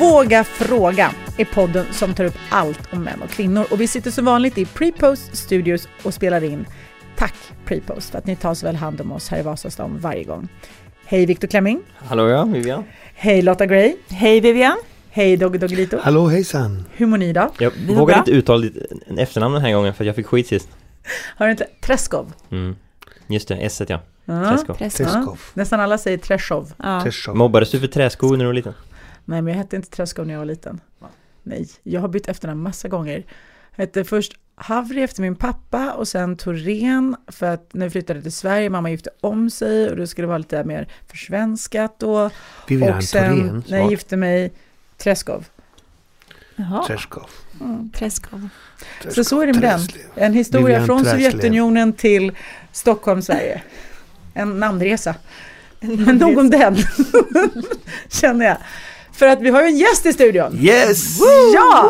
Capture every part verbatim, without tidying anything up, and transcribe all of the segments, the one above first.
Våga fråga är podden som tar upp allt om män och kvinnor. Och vi sitter som vanligt i Prepost Studios och spelar in. Tack Prepost för att ni tar så väl hand om oss här i Vasastan varje gång. Hej Victor Klemming. Hallå ja, Vivian. Hej Lotta Gray. Hej Vivian. Hej Doggy Doggelito. Hallå hejsan. Hur mår ni idag? Jag vågade inte uttala ditt efternamn den här gången för jag fick skit sist. Har du inte? Treskov. Mm. Just det, S-et ja. Ja. Treskov. Treskov. Nästan alla säger Treskov. Ja. Treskov. Mobbades du för träskor när du var liten? Nej, men jag hette inte Treskov när jag var liten. Nej, jag har bytt efternamn massa gånger. Jag hette först Havri efter min pappa och sen Thorén för att när vi flyttade till Sverige, mamma gifte om sig och då skulle det vara lite mer försvenskat då. Vivian och sen Thorén, när jag gifte mig Treskov. Jaha. Treskov. Mm. Treskov. Så så är det med den. En historia Vivian från Träslöv. Sovjetunionen till Stockholm, Sverige. En namnresa. Men nog om den. Känner jag. För att vi har ju en gäst i studion. Yes! Ja!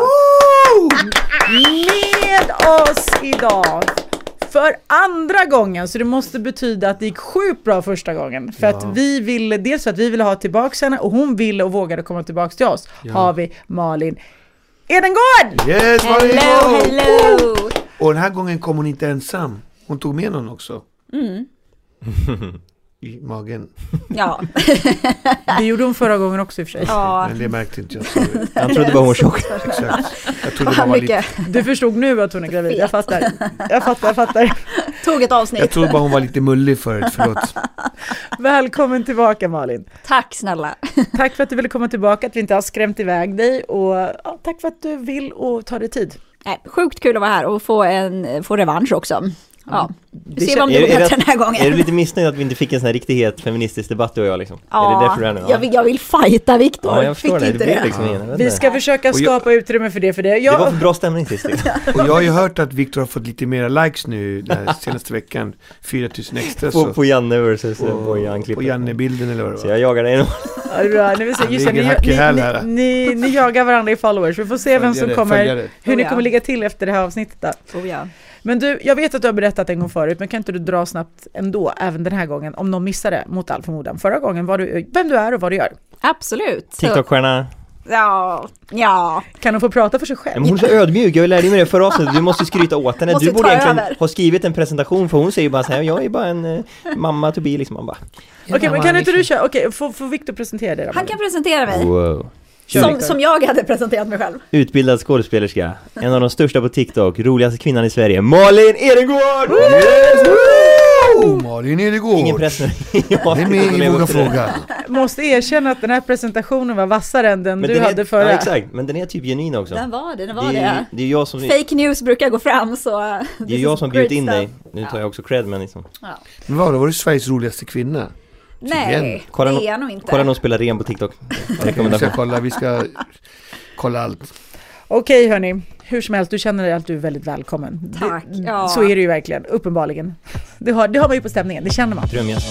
Med oss idag. För andra gången. Så det måste betyda att det gick sjukt bra första gången. För Ja. att vi ville, dels för att vi ville ha tillbaka henne. Och hon ville och vågade komma tillbaka till oss. Ja. Har vi Malin Edengård! Yes, Hello, varsågod! hello. Och den här gången kom hon inte ensam. Hon tog med någon också. Mm. I magen. Ja. Det gjorde hon förra gången också i och för sig. ja. Men det märkte inte jag. Sorry. Jag trodde bara hon var tjock. Exakt. Jag trodde Vad bara var lite, mycket. Du förstod nu att hon är gravid. Jag fattar. Jag fattar, jag fattar. Tog ett avsnitt. jag trodde bara hon var lite mullig förut. Förlåt. Välkommen tillbaka Malin. Tack snälla. Tack för att du ville komma tillbaka, att vi inte har skrämt iväg dig. Och ja, tack för att du vill och tar dig tid. Nej, sjukt kul att vara här och få en få revansch också. Ja. Vi ser vad om Är- det är går det- den här gången. Är du lite missnöjd att vi inte fick en sån här riktig het feministisk debatt du och jag liksom? Ja, är det därför du är nu? jag, vill, jag vill fighta Viktor. Ja, jag förstår Fick det. inte Det blir det. liksom ingen, jag vet Vi inte. ska försöka Och jag- skapa utrymme för det. För det. Det Jag, var för bra stämning sist liksom. Och jag har ju hört att Victor har fått lite mera likes nu den här senaste veckan. fyra tusen extra. På, Så. på Janne versus På, på Jan-klippet. på Janne-bilden eller vad det Så var. jag jagar dig nu. ja, det är bra. Ni, vill se, Det är just det, ingen ni, hack i häl ni, här. ni, ni, ni jagar varandra i followers. Vi får se vem som Följare, kommer, följare. hur ni Oh, ja. kommer ligga till efter det här avsnittet. Då. Oh, ja. Men du, jag vet att du har berättat en gång förut, men kan inte du dra snabbt ändå, även den här gången, om någon missade mot all förmodan. Förra gången, var du, vem du är och vad du gör. Absolut. Så- TikTok-stjärna. Ja. Ja. Kan hon få prata för sig Ja, själv? men hon är så ödmjuk, jag lärde mig det förra avsnittet. Du måste ju skryta åt henne. Måste Du borde ta egentligen över. ha skrivit en presentation, för hon säger ju bara så här: jag är bara en eh, mamma to be liksom. Man bara, Okej, men kan inte du köra? Okej, får, får Victor presentera dig då? Han kan presentera mig. wow. Kör, Som, Victor. som jag hade presenterat mig själv. Utbildad skådespelerska, en av de största på TikTok, roligaste kvinnan i Sverige, Malin Edengård! Oh, Malin Edengård. Ingen press nu. Det är med i Våga fråga. Måste erkänna att den här presentationen var vassare än den Men du den är, hade förra. ja, exakt, men den är typ genuin också. Den var det, den det, var är, det. det är jag som, Fake news brukar gå fram så... det är jag som bjudit in dig. Nu tar jag också cred, men liksom. Ja. Men vad, då var du Sveriges roligaste kvinna? Nej, Kolla det no- är jag nog inte. Kolla någon spelar ren på TikTok. Vi ska Rekommendation. kolla, vi ska kolla allt. Okej hörni, hur som helst, du känner dig att du är väldigt välkommen. Tack, Det, ja. Så är det ju verkligen, uppenbarligen. Det har, det har man ju på stämningen, det känner man. Drömgäst.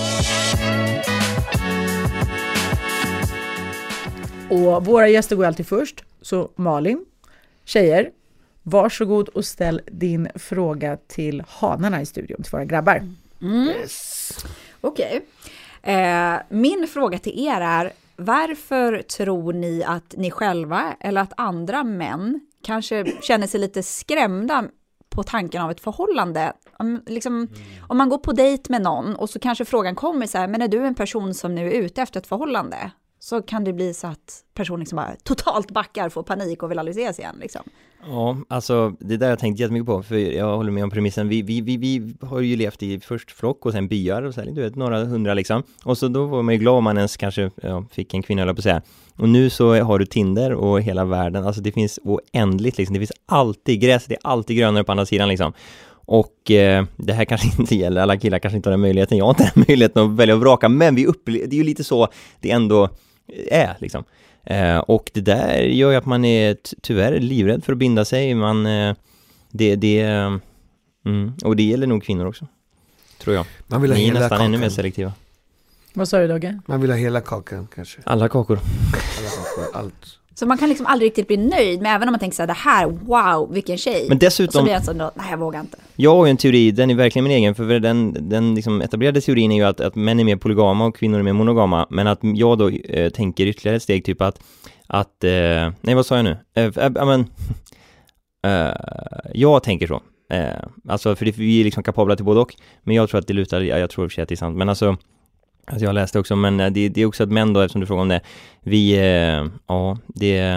Och våra gäster går alltid först. Så Malin, tjejer, varsågod och ställ din fråga till hanarna i studion, till våra grabbar. Mm. Yes. Okej. Eh, min fråga till er är, varför tror ni att ni själva eller att andra män kanske känner sig lite skrämda på tanken av ett förhållande? Om, liksom, mm. om man går på dejt med någon och så kanske frågan kommer så här, men är du en person som nu är ute efter ett förhållande? Så kan det bli så att personen liksom bara totalt backar, får panik och vill aldrig ses igen. Liksom. Ja, alltså det där jag tänkt jättemycket på, för jag håller med om premissen. Vi, vi, vi, vi har ju levt i först flock och sen byar och så här, du vet, några hundra liksom. Och så då var man ju glad om man ens kanske ja, fick en kvinna, eller på att säga. Och nu så har du Tinder och hela världen, alltså det finns oändligt liksom. Det finns alltid, gräset är alltid grönare på andra sidan liksom. Och eh, det här kanske inte gäller, alla killar kanske inte har den möjligheten, jag har inte den möjligheten att välja och vraka, men vi upplever, det är ju lite så det ändå är liksom. Eh, och det där gör ju att man är t- tyvärr livrädd för att binda sig. Man, eh, det, det, eh, mm, och det gäller nog kvinnor också, tror jag. Man vill ha Ni är hela nästan kakan. ännu mer selektiva. Vad sa du, Dogge? Man vill ha hela kakan kanske. Alla kakor. Alla kakor, allt. Så man kan liksom aldrig riktigt bli nöjd, men även om man tänker så här, det här, wow, vilken tjej. Men dessutom, och så blir jag så, nej jag vågar inte. Jag har ju en teori, den är verkligen min egen, för den, den liksom etablerade teorin är ju att, att män är mer polygama och kvinnor är mer monogama, men att jag då eh, tänker ytterligare ett steg, typ att, att eh, nej vad sa jag nu? Eh, äh, men, eh, jag tänker så. Eh, alltså för det, vi är liksom kapabla till både och, men jag tror att det lutar, jag, jag tror för sig att det är sant, men alltså Alltså jag läste också, men det, det är också att män då, eftersom du frågar om det, vi, eh, ja, det,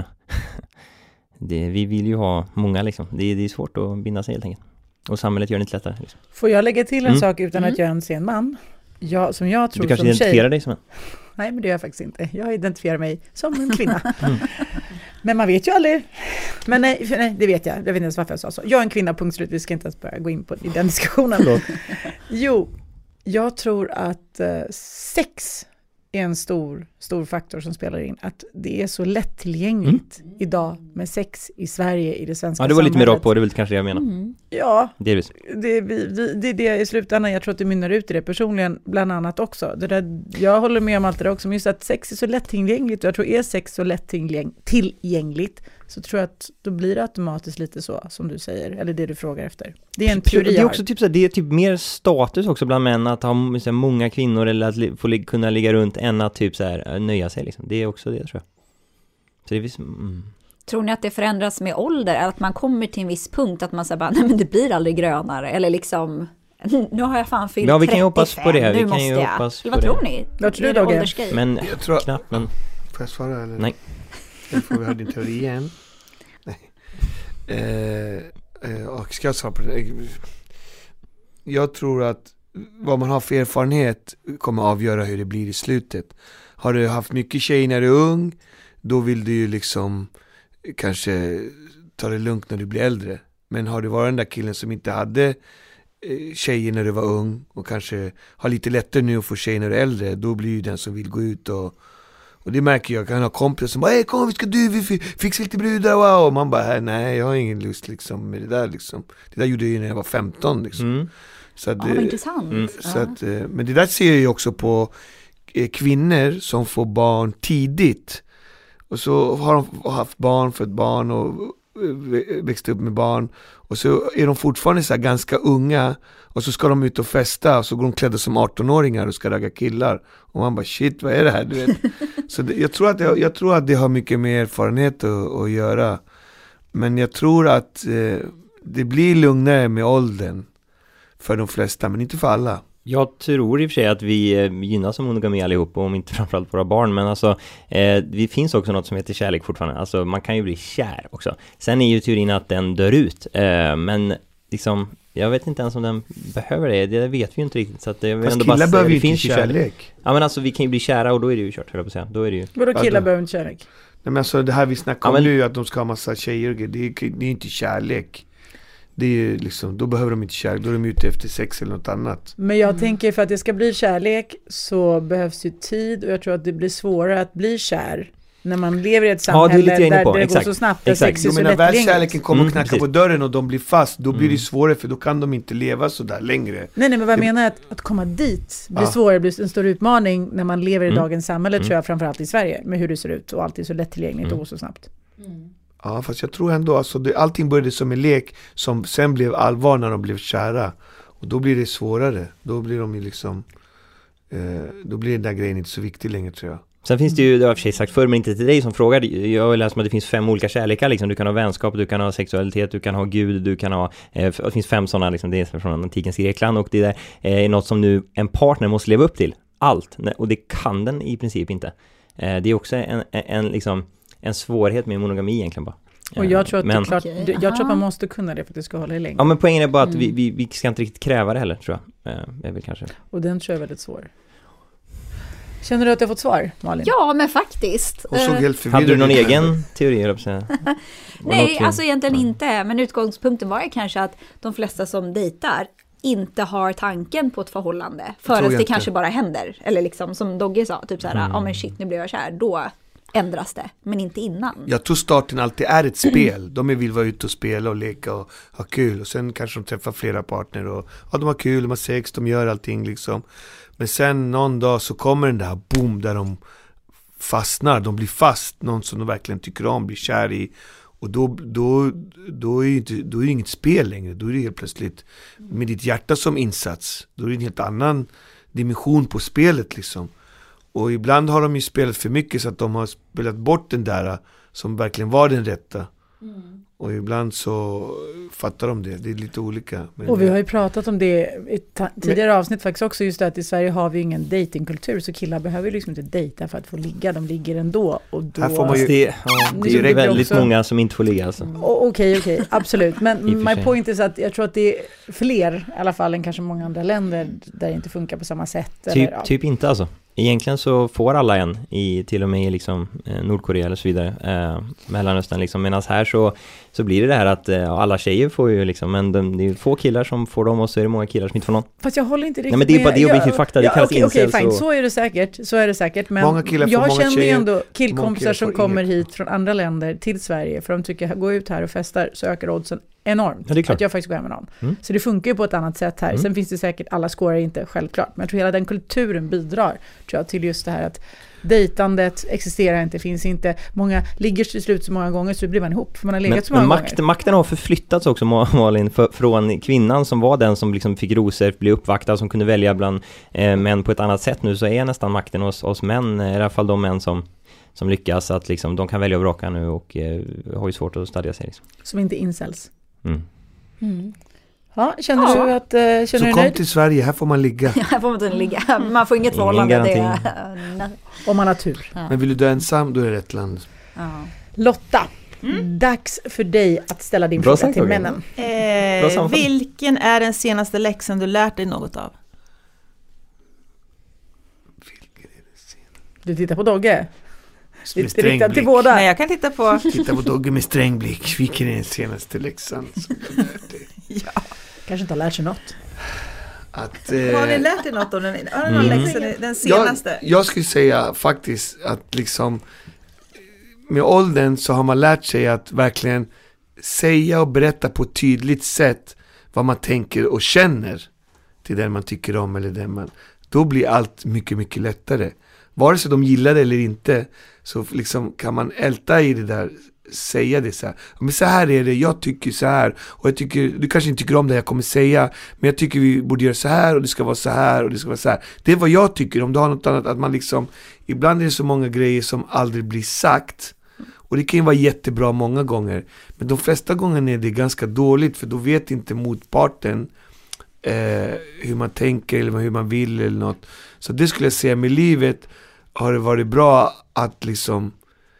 det, vi vill ju ha många liksom. Det, det är svårt att binda sig helt enkelt. Och samhället gör det inte lättare. Liksom. Får jag lägga till en Mm. sak utan Mm. att jag ens är en man? Jag, som jag tror Du kanske som identifierar tjej. dig som en? Nej, men det gör jag faktiskt inte. Jag identifierar mig som en kvinna. Mm. Men man vet ju aldrig. Men nej, för, nej, det vet jag. Jag vet inte ens varför jag sa så. Jag är en kvinna, punkt slut. Vi ska inte ens börja gå in på i den diskussionen. Jo, jag tror att eh, sex är en stor, stor faktor som spelar in. Att det är så lättillgängligt mm. idag med sex i Sverige, i det svenska Ja, det var samhället. lite mer rakt på, det är väl kanske det jag menar. Mm. Ja, Delvis. det, vi, vi, det är det i slutändan. Jag tror att det mynnar ut i det personligen bland annat också. Det där, jag håller med om allt det där också, men just att sex är så lättillgängligt, och jag tror är sex så lättillgängligt så tror jag att då blir det automatiskt lite så som du säger, eller det du frågar efter. Det är en teori. Det är också typ så här, det är typ mer status också bland män att ha så här, många kvinnor eller att li- få li- kunna ligga runt än att typ så här, nöja sig liksom. Det är också det, tror jag. Så det är visst, mm. Tror ni att det förändras med ålder? Eller att man kommer till en viss punkt att man säger bara, nej men det blir aldrig grönare. Eller liksom, nu har jag fan fyllt Ja, vi kan ju trettiofem, hoppas på det här. Vi nu kan måste ju jag. hoppas Eller på vad det. tror ni? Vad tror Blir du, det Dogge? åldersgrej? Men Jag tror- knappt, men Får jag svara eller? nej. Jag får höra din teori igen. Nej. Eh, eh, och ska jag svara på det? Jag tror att vad man har för erfarenhet kommer avgöra hur det blir i slutet. Har du haft mycket tjejer när du är ung, då vill du ju liksom kanske ta det lugnt när du blir äldre. Men har du varit den där killen som inte hade eh, tjejer när du var ung och kanske har lite lättare nu att få tjejer när du är äldre, då blir ju den som vill gå ut och Och det märker jag, jag kan ha kompisar som bara, hej kom vi ska du, vi fixar lite brudar, wow. Och man bara, nej jag har ingen lust liksom med det där liksom. Det där gjorde jag ju när jag var femton liksom. Mm. Så att, Ja, vad intressant. Mm. så att, men det där ser jag ju också på kvinnor som får barn tidigt. Och så har de haft barn för ett barn och växt upp med barn. Och så är de fortfarande så här ganska unga. Och så ska de ut och festa. Och så går de klädda som arton-åringar och ska ragga killar. Och man bara, shit, vad är det här? Du vet. Så det, jag, tror att det, jag tror att det har mycket mer erfarenhet att, att göra. Men jag tror att eh, det blir lugnare med åldern. För de flesta, men inte för alla. Jag tror i och för sig att vi eh, gynnas av monogami allihop, och om inte framförallt våra barn, men alltså eh, det finns också något som heter kärlek fortfarande. Alltså man kan ju bli kär också. Sen är ju teorin att den dör ut, eh, men liksom jag vet inte ens om den behöver det. Det vet vi ju inte riktigt, så att jag vill Fast ändå killar bara säga, behöver det ju finns inte ju kärlek. kärlek. Ja, men alltså vi kan ju bli kära och då är det ju kört, höll jag på att säga. Då är det ju. Vadå killar Vadå? behöver inte kärlek? Nej, men alltså det här vi snackar om Ja, men- nu, att de ska ha massa tjejer, det är, det är inte kärlek. Det är ju liksom, då behöver de inte kärlek, då är de ute efter sex eller något annat. Men jag tänker för att det ska bli kärlek så behövs ju tid, och jag tror att det blir svårare att bli kär när man lever i ett Ja, det är lite samhälle jag inne där på. det Exakt. går så snabbt, där Exakt. sex är Jag så menar, väl lättillgängligt. kärleken kommer Mm, och knackar precis. på dörren och de blir fast, då blir Mm. det svårare för då kan de inte leva så där längre. Nej, nej, men vad jag menar är att, att komma dit blir Ja. svårare, blir en större utmaning när man lever i Mm. dagens samhälle, Mm. tror jag, framförallt i Sverige, med hur det ser ut och allt är så lättillgängligt Mm. och går så snabbt. Ja, fast jag tror ändå, alltså det, allting började som en lek som sen blev allvar när de blev kära. Och då blir det svårare. Då blir de ju liksom, eh, då blir den där grejen inte så viktig längre, tror jag. Sen finns det ju, det har jag för sig sagt förr, men inte till dig som frågar. Jag har läst om att det finns fem olika kärlekar liksom. Du kan ha vänskap, du kan ha sexualitet, du kan ha Gud, du kan ha, eh, det finns fem sådana liksom, det är från antikens Grekland, och det där är något som nu en partner måste leva upp till. Allt, och det kan den i princip inte. Eh, det är också en, en, en liksom en svårighet med monogami egentligen bara. Och jag tror att, men, det är klart, Okej, jag tror att man aha. måste kunna det för att det ska hålla i längden. ja, men poängen är bara att Mm. vi, vi, vi ska inte riktigt kräva det heller, tror jag. Eh, är väl kanske. Och den tror jag är väldigt svår. Känner du att jag har fått svar, Malin? Ja, men faktiskt. Och så Eh, helt förvirrad Hade du någon ut. egen teori, höll jag på att säga? Var det Nej, något- alltså egentligen Ja. inte. Men utgångspunkten var ju kanske att de flesta som dejtar inte har tanken på ett förhållande tror förrän jag det inte. kanske bara händer. Eller liksom som Dogge sa, typ så här, ja Mm. men shit, nu blev jag kär. Då ändras det, men inte innan. Jag tror starten alltid är ett spel. De vill vara ute och spela och leka och ha kul. Och sen kanske de träffar flera partner och ja, de har kul, de har sex, de gör allting liksom. Men sen någon dag så kommer den där boom där de fastnar. De blir fast, någon som de verkligen tycker om, blir kär i. Och då, då, då, är inte, då är det inget spel längre. Då är det helt plötsligt med ditt hjärta som insats. Då är det en helt annan dimension på spelet liksom. Och ibland har de ju spelat för mycket så att de har spelat bort den där som verkligen var den rätta. Mm. Och ibland så fattar de det. Det är lite olika. Men och vi har ju pratat om det i ta- tidigare men, avsnitt faktiskt också. Just det att i Sverige har vi ingen datingkultur. Så killar behöver ju liksom inte dejta för att få ligga. De ligger ändå. Och då... Här får man ju, det, ja, det är ju väldigt också många som inte får ligga. Alltså. Okej, okej. Okay, okay, absolut. Men my point är så att jag tror att det är fler i alla fall än kanske många andra länder där det inte funkar på samma sätt. Typ, eller, ja. typ inte alltså. Egentligen så får alla en i till och med liksom eh, Nordkorea eller så vidare, eh, Mellanöstern liksom, medan här så, så blir det det här att eh, alla tjejer får ju liksom, men de, det är få killar som får dem och så är det många killar som inte får någon. Fast jag håller inte riktigt Nej, men det är bara det objektivt fakta, det ja, kallas okay, incels. Okej, fine, och... så är det säkert, så är det säkert, men många killar får jag många känner ju tjejer, ändå killkompisar som kommer inget. hit från andra länder till Sverige för de tycker gå ut här och festar så öker oddsen enormt. Ja, det är klart. Att jag faktiskt går hem med någon. Mm. Så det funkar ju på ett annat sätt här. Mm. Sen finns det säkert, alla skårar inte självklart, men jag tror hela den kulturen bidrar tror jag, till just det här att dejtandet existerar inte, finns inte. Många ligger till slut så många gånger så blir man ihop för man har legat men, så många men gånger. Makt, makten har förflyttats också, Malin, för, från kvinnan som var den som liksom fick rosor, blev uppvaktad, som kunde välja bland eh, män på ett annat sätt. Nu så är nästan makten hos, hos män, i alla fall de män som som lyckas, att liksom, de kan välja att bråka nu och eh, har ju svårt att stadga sig. Liksom. Som inte incels. Mm. Mm. Ja, känner ja. du att... Uh, känner så du kom nöjd? till Sverige, här får man ligga. Ja, här får man inte ligga. Man får inget Ingen förhållande. Det, om man har tur. Ja. Men vill du dö ensam, då är det rätt land. Ja. Lotta, mm. dags för dig att ställa din Bra fråga till fråga. männen. Eh, vilken är den senaste läxan du lärt dig något av? Du tittar på Dogge. Med sträng blick. Till båda. Nej, jag kan titta på... Titta på Dogge med sträng blick. Vilken är den senaste läxan? Ja. Kanske inte har lärt sig något. Att, eh, har ni lärt er något om den, har ni någon mm. läxa, den senaste? Jag, jag skulle säga faktiskt att liksom med åldern så har man lärt sig att verkligen säga och berätta på ett tydligt sätt vad man tänker och känner till den man tycker om eller den man... Då blir allt mycket, mycket lättare. Vare sig de gillar det eller inte så liksom kan man älta i det där, säga det så här. Men så här är det, jag tycker så här och jag tycker, du kanske inte tycker om det jag kommer säga, men jag tycker vi borde göra så här och det ska vara så här och det ska vara så här. Det är vad jag tycker, om du har något annat, att man liksom, ibland är det så många grejer som aldrig blir sagt och det kan ju vara jättebra många gånger, men de flesta gånger är det ganska dåligt för då vet inte motparten eh, hur man tänker eller hur man vill eller något. Så det skulle jag säga, med livet har det varit bra att liksom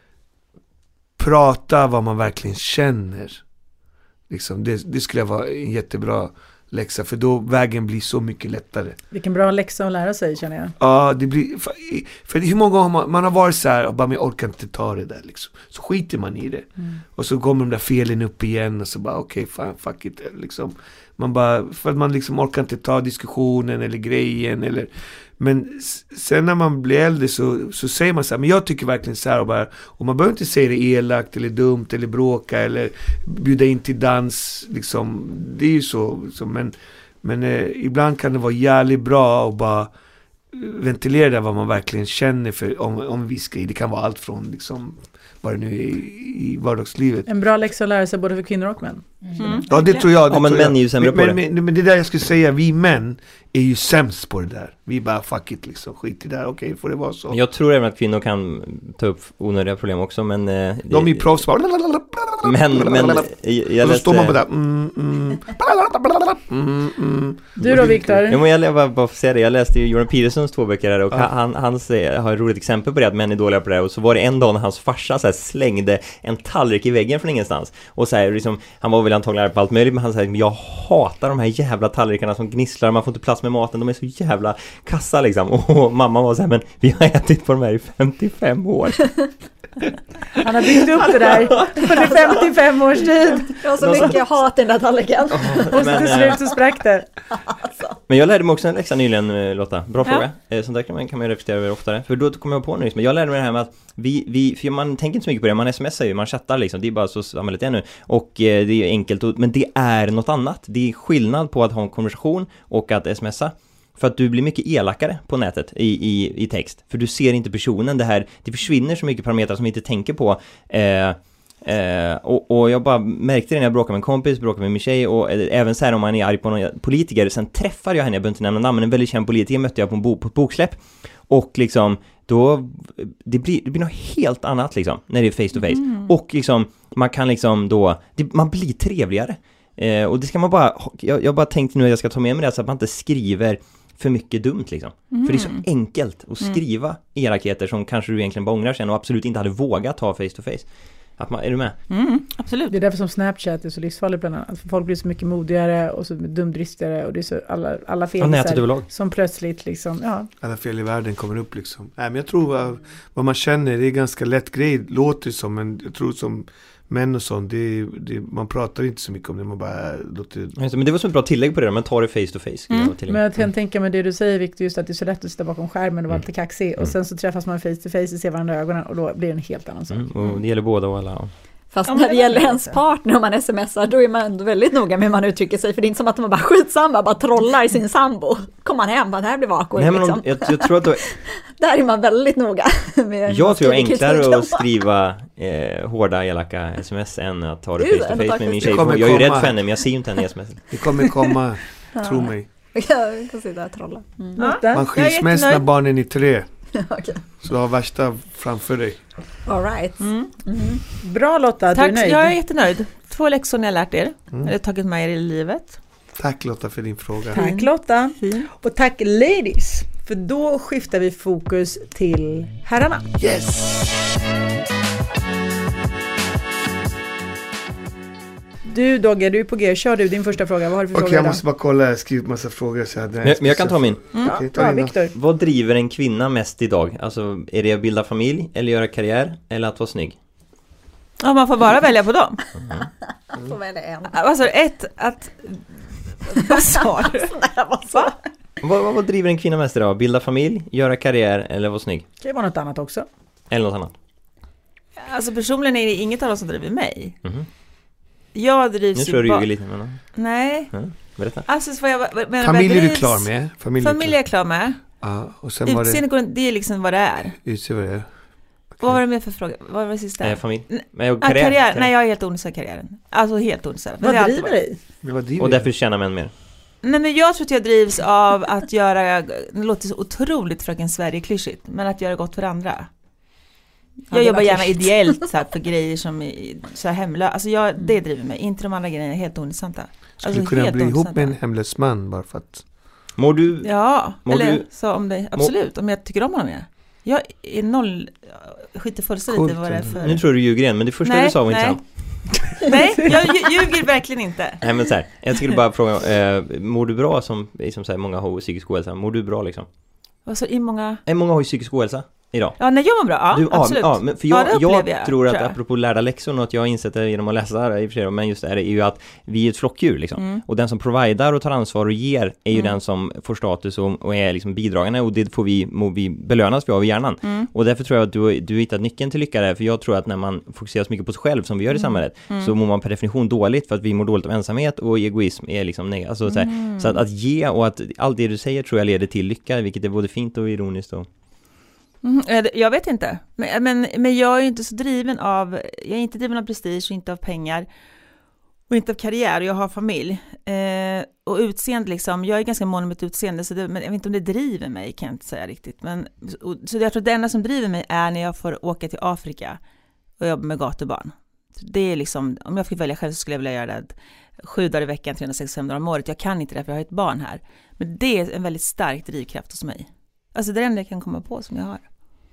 prata vad man verkligen känner. Liksom, det, det skulle vara en jättebra läxa, för då vägen blir så mycket lättare. Vilken bra läxa att lära sig, känner jag. Ja, det blir, för, för hur många gånger har man, man har varit så här och bara, men jag orkar inte ta det där liksom. Så skiter man i det. Mm. Och så kommer de där felen upp igen och så bara okej, okay, fan, fuck it liksom. Man bara, för att man liksom orkar inte ta diskussionen eller grejen eller, men sen när man blir äldre så, så säger man så här, men jag tycker verkligen så här och bara, och man behöver inte säga det elakt eller dumt eller bråka eller bjuda in till dans liksom, det är ju så, så men, men eh, ibland kan det vara jävligt bra att bara ventilera vad man verkligen känner för, om, om vi ska, det kan vara allt från liksom vad det nu är i, i vardagslivet. En bra läxa att lära sig både för kvinnor och män. Mm. Ja, det tror jag. Det ja, men tror män är ju sämre men, på men, det. Men, men det där jag skulle säga, vi män är ju sämst på det där. Vi bara fuck it liksom, skit i det där, okej, okay, får det vara så. Jag tror även att kvinnor kan ta upp onödiga problem också, men... Eh, de är ju proffs bara... Men, men... Jag och så står man bara där... Mm, mm, mm, mm. Du då, Victor? Ja, men jag, jag bara, bara säga det. Jag läste ju Jordan Petersons två böcker här och ja. han, han säger, har ett roligt exempel på det, att män är dåliga på det. Och så var det en dag när hans farsa så här, slängde en tallrik i väggen från ingenstans. Och så här, liksom, han var väl antagligen på allt möjligt, men han säger, jag hatar de här jävla tallrikarna som gnisslar, man får inte plats med maten, de är så jävla kassa liksom. Och mamma var så här, men vi har ätit på de här i femtiofem år. Han har byggt upp det där under femtiofem års tid. Jag har så mycket hat i den där tallriken. Och så till slut så sprack det. Alltså. Men jag lärde mig också en läxa nyligen, Lotta. Bra Ja. fråga. Eh, sånt där kan man, kan man ju reflektera över oftare. För då kommer jag på nyss. Men jag lärde mig det här med att vi, vi, för man tänker inte så mycket på det. Man smsar ju, man chattar liksom. Det är bara så samhället är nu. Och eh, det är enkelt. Och, men det är något annat. Det är skillnad på att ha en konversation och att smsa. För att du blir mycket elakare på nätet i, i, i text. För du ser inte personen. Det här, det försvinner så mycket parametrar som vi inte tänker på. Eh, Eh, och, och jag bara märkte det när jag bråkade med en kompis, bråkade med min tjej och eh, även så här om man är arg på någon politiker. Sen träffade jag henne, jag behöver inte nämna namn, men en väldigt känd politiker mötte jag på, en bo, på ett boksläpp. Och liksom då det blir, det blir något helt annat liksom när det är face to face. Mm. Och liksom man kan liksom då det, man blir trevligare. Eh, och det ska man bara jag, jag bara tänkte nu att jag ska ta med mig det så att man inte skriver för mycket dumt liksom. Mm. För det är så enkelt att skriva mm. elakheter som kanske du egentligen bara ångrar sen och absolut inte hade vågat ta face to face. Att man, är du med? Mm, absolut. Det är därför som Snapchat är så livsfarligt bland annat. För folk blir så mycket modigare och så dumdristigare och det är så alla, alla fel ja, som plötsligt liksom, ja. Alla fel i världen kommer upp liksom. Nej, men jag tror vad, vad man känner, det är ganska lätt grej, låter som, men jag tror som män och sånt, det, det, man pratar inte så mycket om det, man bara låter... Men det var så ett bra tillägg på det, man tar det face to face. Mm. Men jag kan tänka med det du säger, Victor, just att det är så lätt att sitta bakom skärmen och vara lite kaxig. Mm. Och sen så träffas man face to face och ser varandra i ögonen och då blir det en helt annan sak. Mm. Och det gäller båda och alla. Fast ja, när det gäller ens partner om man smsar, då är man ändå väldigt noga med hur man uttrycker sig. För det är inte som att man bara skitsamma, bara trollar i sin sambo. Kommer man hem, bara det här blir vakuum. Nej, men liksom. jag, jag tror att då... Där är man väldigt noga. Med jag tror det är enklare att skriva eh, hårda, elaka sms än att ta det face to face med min tjej. Jag är ju rädd för henne, men jag ser ju inte henne i sms. Det kommer komma, tro mig. Jag kan sitta och trolla. Mm. Ja. Man skilsmäss när barnen är tre. Okay. Så du har värsta framför dig. All right. Mm. Mm. Bra Lotta, tack, du är nöjd? Jag är jättenöjd. Två läxor ni har lärt er. Mm. Eller tagit med er i livet. Tack Lotta för din fråga. Tack Lotta. Fin. Och tack ladies. För då skiftar vi fokus till herrarna. Yes! Du Dogge, du är på G. Kör du din första fråga. Vad har du för Okej, fråga jag idag? måste bara kolla. Jag har skrivit massa frågor. Så jag men, men jag kan ta min. Mm. Okej, ja, ta din Victor. Vad driver en kvinna mest idag? Alltså, är det att bilda familj eller göra karriär eller att vara snygg? Ja, man får bara välja på dem. Mm. Man får välja en. Alltså ett, att... Vad sa du? Vad sa vad, vad, vad driver en kvinna mest idag? Bilda familj, göra karriär eller vara snygg? Det kan vara något annat också. Eller något annat? Alltså personligen är det inget av dem som driver mig. Mm-hmm. Jag drivs nu tror ju du ba- ljuger lite. Men... Nej. Ja, berätta. Alltså, så får jag, men familj är du drivs... klar med? Familj, Familj är jag klar med. Ja, och sen var Utseende, det... det är liksom vad det är. Utseende, ja. Vad var det med för fråga? Vad var det sista? Eh, familj. N- Men jag, ah, karriär, karriär. karriär. Nej, jag är helt ointresserad av karriären. Alltså helt ointresserad. Vad Det har driver alltid varit. dig? Men vad driver Och det? därför tjänar män mer. Nej, men jag tror att jag drivs av att göra, det låter så otroligt fröken Sverige-klyschigt, men att göra gott för andra. Jag det jobbar var gärna klyschigt. ideellt så här, för grejer som är så här hemlösa. Alltså jag, det driver mig, inte de andra grejerna är helt ointressanta. Skulle Alltså, du kunna helt bli ihop ointressanta. med en hemlös man bara för att... Mår du... Ja, Mår eller du- så om det, absolut, om jag tycker om honom. Ja. Jag är noll, jag skiter fullständigt i Coolt, vad det är för... Nu tror du ljuger igen, men det första Nej, du sa var nej. intressant. Nej, jag lju- ljuger verkligen inte. Nej men så här, jag skulle bara fråga, eh, mår du bra som, som så här, många har psykisk ohälsa? Mår du bra liksom? Och så i många... Eh, många har ju psykisk ohälsa idag. Ja, när jag mår bra, ja, du, absolut. Ja, men för Ja, jag, det jag, upplever jag, tror att tror jag. apropå lärda läxor, något jag har insett det genom att läsa det i och för sig, men just det här är ju att vi är ett flockdjur liksom. Mm. Och den som providar och tar ansvar och ger är ju Mm. den som får status och, och är liksom bidragande, och det får vi, må vi belönas för av hjärnan. Mm. Och därför tror jag att du, du har hittat nyckeln till lycka där, för jag tror att när man fokuserar så mycket på sig själv som vi gör i samhället, Mm. så mår man per definition dåligt för att vi mår dåligt av ensamhet och egoism är liksom nej, alltså, så, här, Mm. så att, att ge och att allt det du säger tror jag leder till lycka, vilket är både fint och ironiskt och... Mm, eh, det- jag vet inte, men, men, men jag är ju inte så driven av, jag är inte driven av prestige och inte av pengar och inte av karriär, och jag har familj eh, och utseende liksom, jag är ganska mån om ett utseende, så det, men jag vet inte om det driver mig, kan jag inte säga riktigt, men, och, så jag tror det enda som driver mig är när jag får åka till Afrika och jobba med gatubarn. Det är liksom, om jag fick välja själv så skulle jag vilja göra det sju dagar i veckan, trehundrasextiofem dagar om året. Jag kan inte det för jag har ett barn här, men det är en väldigt stark drivkraft hos mig. Alltså det är det enda jag kan komma på som jag har.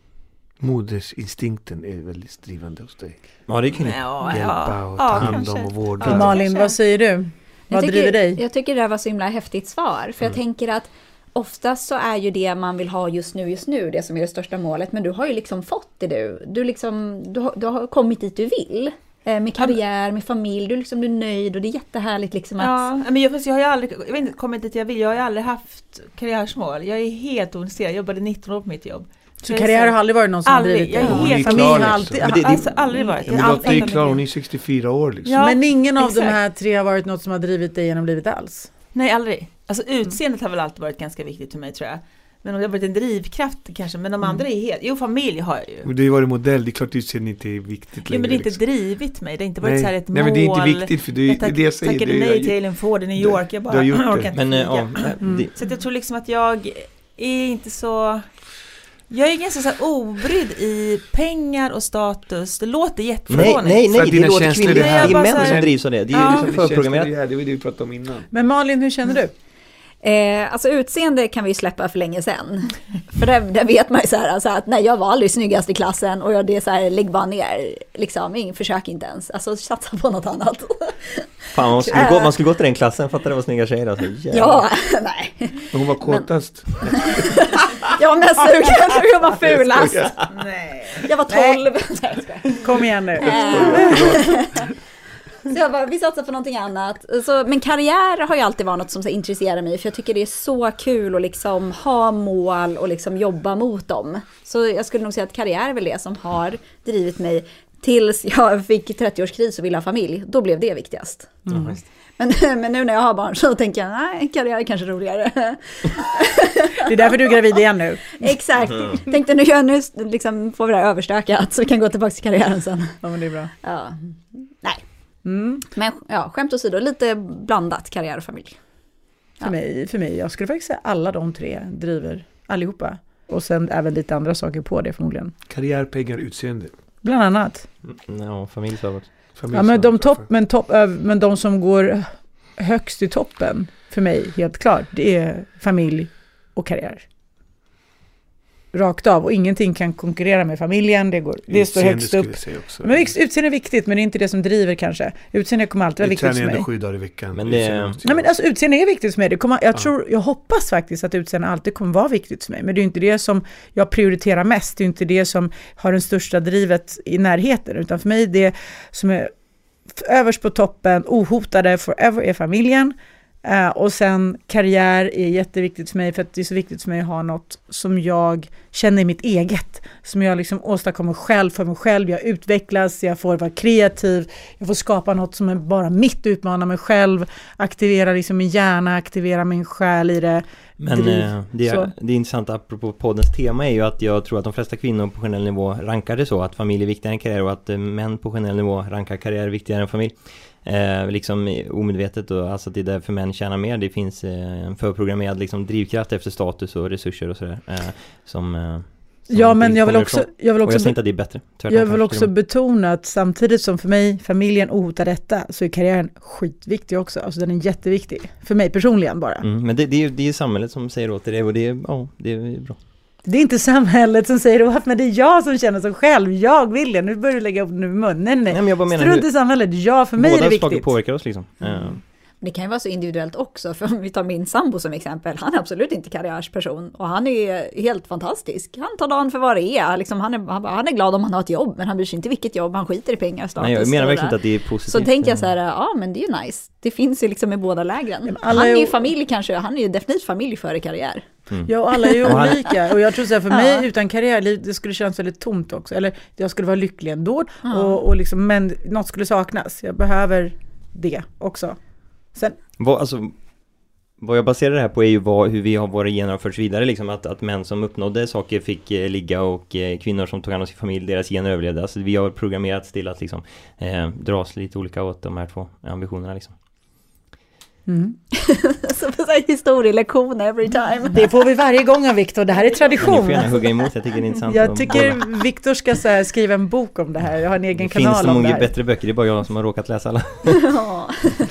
Modersinstinkten är väldigt drivande hos dig. Ja, det kan Ja, Hjälpa och ta ja, hand kanske. om och vårda. Ja. Malin, kanske. vad säger du? Vad jag driver tycker, dig? Jag tycker det här var så himla häftigt svar. För jag tänker att oftast så är ju det man vill ha just nu, just nu, det som är det största målet. Men du har ju liksom fått det du. Du, liksom, du, har, du har kommit dit du vill. Med karriär, med familj, du, liksom, du är nöjd och det är jättehärligt liksom att... Ja, men jag, jag har ju aldrig, jag vet inte, kommit dit jag vill, jag har ju aldrig haft karriärsmål. Jag är helt ointresserad, jag jobbade nitton år på mitt jobb. Så, så karriär har aldrig varit någon som aldrig, har drivit jag är det? helt Familj har klar, alltid... liksom. Men det- Alltså aldrig varit. Ja, men Allt- det är allt- klar, hon är sextiofyra år liksom. Ja, men ingen av exakt. de här tre har varit något som har drivit dig genom livet alls? Nej, aldrig. Alltså utseendet har väl alltid varit ganska viktigt för mig, tror jag. Men om det har varit en drivkraft kanske, men de andra är helt... Jo, familj har jag ju. Men du har varit modell, det är klart utseende inte är viktigt Jo, längre. men det är inte liksom. drivit mig. Det har inte varit Nej. så här ett Nej, mål. men det är inte viktigt för du, Jag det är det jag säger. tackade det är- nej till Ellen Ford i New York. Jag du bara har gjort det. orkar inte Men eh, ja, flyga. Mm. det, Så att jag tror liksom att jag är inte så... Jag är ganska så här obrydd i pengar och status. Det låter nej, jättefånigt. nej, För nej, att det dina låter känslor kvinnligt. är Det här. är Jag bara män så här- som drivs av det. Det är Ja. ju liksom Det känns- förprogrammerat. Det är det vi pratade om innan. Men Malin, hur känner du? Eh, alltså utseende kan vi ju släppa för länge sedan. För där, där vet man ju så här, alltså att nej, jag var aldrig snyggast i klassen och jag, det är så här, lägg bara ner. Liksom, ingen försök inte ens. Alltså satsa på något annat. Fan, man skulle, gå, man skulle gå till den klassen, fattar det var snygga tjejer alltså. Jävlar. Ja, nej. Men hon var kåtast. Jag var mest sugen, jag var fulast. Nej. Jag var tolv. Nej, jag skojar. Kom igen nu. Eh, Så jag bara, vi satsar på någonting annat. Så, men karriär har ju alltid varit något som så intresserar mig. För jag tycker det är så kul att liksom ha mål och liksom jobba mot dem. Så jag skulle nog säga att karriär är väl det som har drivit mig tills jag fick trettioårskris och ville ha familj. Då blev det viktigast. Mm. Men, men nu när jag har barn så tänker jag, nej, karriär är kanske roligare. Det är därför du är gravid igen nu. Exakt. Tänkte nu, jag, nu liksom får vi det här överstökat så vi kan gå tillbaka till karriären sen. Ja, men det är bra. Ja. Nej. Mm. Men ja, skämt åsido, lite blandat karriär och familj. För, Ja. mig, för mig, jag skulle faktiskt säga alla de tre driver, allihopa. Och sen även lite andra saker på det förmodligen. Karriär, pengar, utseende. Bland annat. Ja, familj så. Familj, Ja, men, de så- topp, men, topp, ö, men de som går högst i toppen, för mig helt klart, det är familj och karriär. Rakt av. Och ingenting kan konkurrera med familjen. Det, går, det står Utseende högst skulle upp. jag säga också. Men utseende är viktigt, men det är inte det som driver kanske. Utseende kommer alltid vara viktigt Utseende för är mig. ändå sju dagar i veckan. Men det- Utseende måste Nej, men jag- alltså utseende är viktigt för mig. Det kommer, jag, Ja. tror, jag hoppas faktiskt att utseende alltid kommer vara viktigt för mig. Men det är ju inte det som jag prioriterar mest. Det är inte det som har den största drivet i närheten. Utan för mig det som är överst på toppen, ohotade forever, är familjen. Uh, och sen karriär är jätteviktigt för mig, för att det är så viktigt för mig att ha något som jag känner i mitt eget, som jag liksom åstadkommer själv för mig själv. Jag utvecklas, jag får vara kreativ, jag får skapa något som är bara mitt, utmana mig själv, aktivera liksom min hjärna, aktivera min själ i det. Men driv. eh, det, Så. är, det är intressant apropå poddens tema är ju att jag tror att de flesta kvinnor på generell nivå rankar det så att familj är viktigare än karriär och att eh, män på generell nivå rankar karriär viktigare än familj. Eh, liksom omedvetet och alltså det är därför män tjänar mer. Det finns eh, en förprogrammerad liksom drivkraft efter status och resurser och sådär eh, som, eh, som Ja, inte men jag vill kommer också, ifrån. jag vill Och också jag säger inte att det är bättre. Tvärtom Jag vill kanske också till och med. betona att samtidigt som för mig familjen ohotar detta så är karriären skitviktig också. Alltså den är jätteviktig. För mig personligen bara. Mm, men det, det, är, det är samhället som säger åt det och det är, ja, det är bra. Det är inte samhället som säger åt, men det är jag som känner så själv. Jag vill det. Nu börjar du lägga upp nu i munnen. Nej, nej. Nej, men jag bara menar Strunt hur i samhället. Ja, för mig är det båda saker viktigt. påverkar oss liksom. Mm. Eh, Det kan ju vara så individuellt också, för om vi tar min sambo som exempel, han är absolut inte karriärsperson och han är helt fantastisk. Han tar dagen för vad det är, liksom, han, är han, bara, han är glad om han har ett jobb, men han bryr sig inte vilket jobb, han skiter i pengar, status. Nej, jag menar och verkligen det inte att det är positivt. Så tänker jag så här, ja men det är ju nice. Det finns ju liksom i båda lägren. men alla Han är är ju ju- familj kanske, han är ju definitivt familj före karriär. Mm. Ja, och alla är ju Och han- olika. Och jag tror så här, för Ja. mig utan karriärliv, det skulle kännas väldigt tomt också. Eller jag skulle vara lycklig ändå. Ja. Och, och liksom, men något skulle saknas. Jag behöver det också. Sen, Vad, alltså, vad jag baserar det här på är ju vad, hur vi har våra gener har förts vidare liksom, att, att män som uppnådde saker fick eh, ligga och eh, kvinnor som tog hand om sin familj, deras gener överlevde. Alltså vi har programmerats till att liksom, eh, dras lite olika åt de här två ambitionerna liksom. mm. Så så här historielektion every time. Det får vi varje gång av Viktor. Det här är Men ni tradition. får gärna hugga emot, jag tycker det är intressant. Jag att tycker bolla. Viktor ska så här, skriva en bok om det här. Jag har en egen Det kanal finns så om det många här. bättre böcker, det är bara jag som har råkat läsa alla. Ja.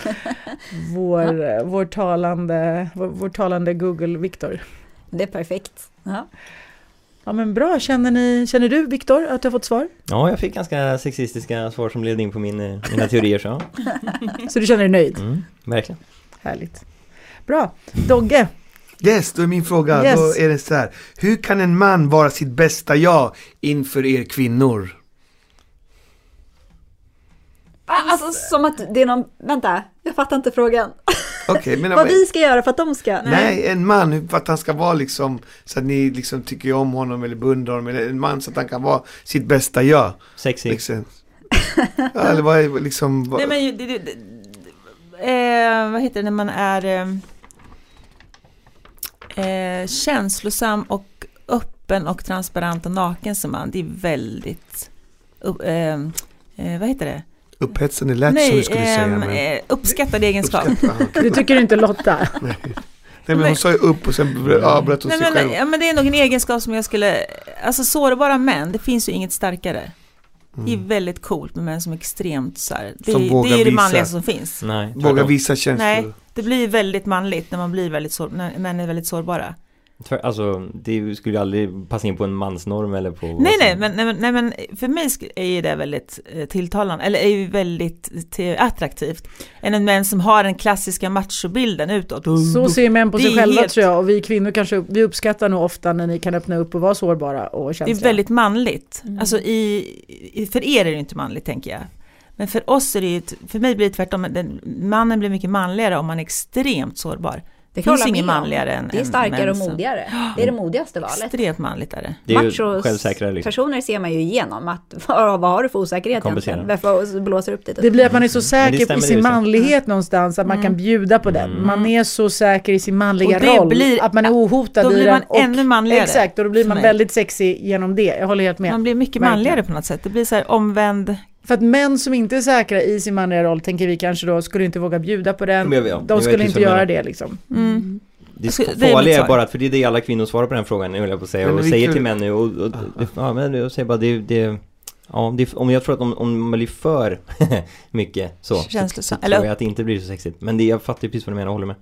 Vår, vår, talande, vår, vår talande Google-Viktor. Det är perfekt. Ja. Ja, men bra. Känner, ni, känner du, Viktor, att du har fått svar? Ja, jag fick ganska sexistiska svar som ledde in på min, eh, mina teorier så ja. Så du känner dig nöjd? Mm, verkligen. Härligt. Bra. Dogge. Yes, då är min fråga, Yes. då är det så här. Hur kan en man vara sitt bästa jag inför er kvinnor? Alltså som att det är någon, vänta, jag fattar inte frågan. Okej, men Vad vi ska göra för att de ska. Nej, en man för att han ska vara liksom så att ni liksom tycker om honom eller beundrar honom, eller en man så att han kan vara sitt bästa jag. Sexy. Liksom. Ja, eller vad är liksom vad... Nej, men det, det, det, eh, vad heter det när man är eh, eh, känslosam och öppen och transparent och naken som man. Det är väldigt upp, eh, eh, vad heter det? Upphetsande lätt Nej, som du skulle eh, säga. Men... eh, uppskattad egenskap. Uppskattad, okay. Det tycker inte Lotta. Nej. Nej, men hon sa ju upp och sen avbröt hon Nej, sig men, själv. ja, men det är nog en egenskap som jag skulle, alltså sårbara män, det finns ju inget starkare. Mm. Det är väldigt coolt med män som är extremt så här, det, som det är ju det manliga som finns. Nej, våga visa känslor. Nej, det blir väldigt manligt när man blir väldigt sår, när män är väldigt sårbara. Alltså, det skulle ju aldrig passa in på en mansnorm eller på... Nej, nej, men, nej, men, nej, men för mig är ju det väldigt eh, tilltalande, eller är ju väldigt till, attraktivt. Än en män som har den klassiska machobilden utåt. Så ser män på Det sig är själva helt- tror jag. Och vi kvinnor kanske, vi uppskattar nog ofta när ni kan öppna upp och vara sårbara och Det känsliga. är väldigt manligt. Mm. Alltså i, i, för er är det inte manligt, tänker jag. Men för oss är det ju, ett- för mig blir det tvärtom. Den, mannen blir mycket manligare om man är extremt sårbar. Det kan jag finns hålla ingen med om. manligare än Det är starkare än och män som- modigare. Det är det modigaste valet. Extremt manligt är det. Det är ju Machos självsäkrare liksom. personer ser man ju igenom att vad, vad har du för osäkerhet Kompensera. egentligen? Varför blåser upp det? Det blir att man är så Men säker det stämmer i det sin ju så. manlighet någonstans att man kan bjuda på den. Mm. Man är så säker i sin manliga Och det roll blir- att man är ohotad Då i blir den. man och, ännu manligare. Exakt, och då blir för man mig. väldigt sexig genom det. Jag håller helt med. Man blir mycket Verkligen. manligare på något sätt. Det blir så här omvänd. För att män som inte är säkra i sin manliga roll tänker vi kanske då skulle inte våga bjuda på den. Men jag vet- ja, jag De vet skulle precis inte vad du göra menar. det liksom. Mm. Det Alltså, är det är mitt farliga svar. är bara att, för det är det alla kvinnor svarar på den frågan, nu vill jag på säga, Men och vi säger kan- till män nu, och, och, det, ja, men jag säger bara, det, det, ja, det, om jag tror att om, om man blir för mycket så, så, så Känslosam. tror Eller- jag att det inte blir så sexigt. Men det, jag fattar ju precis vad du menar och håller med.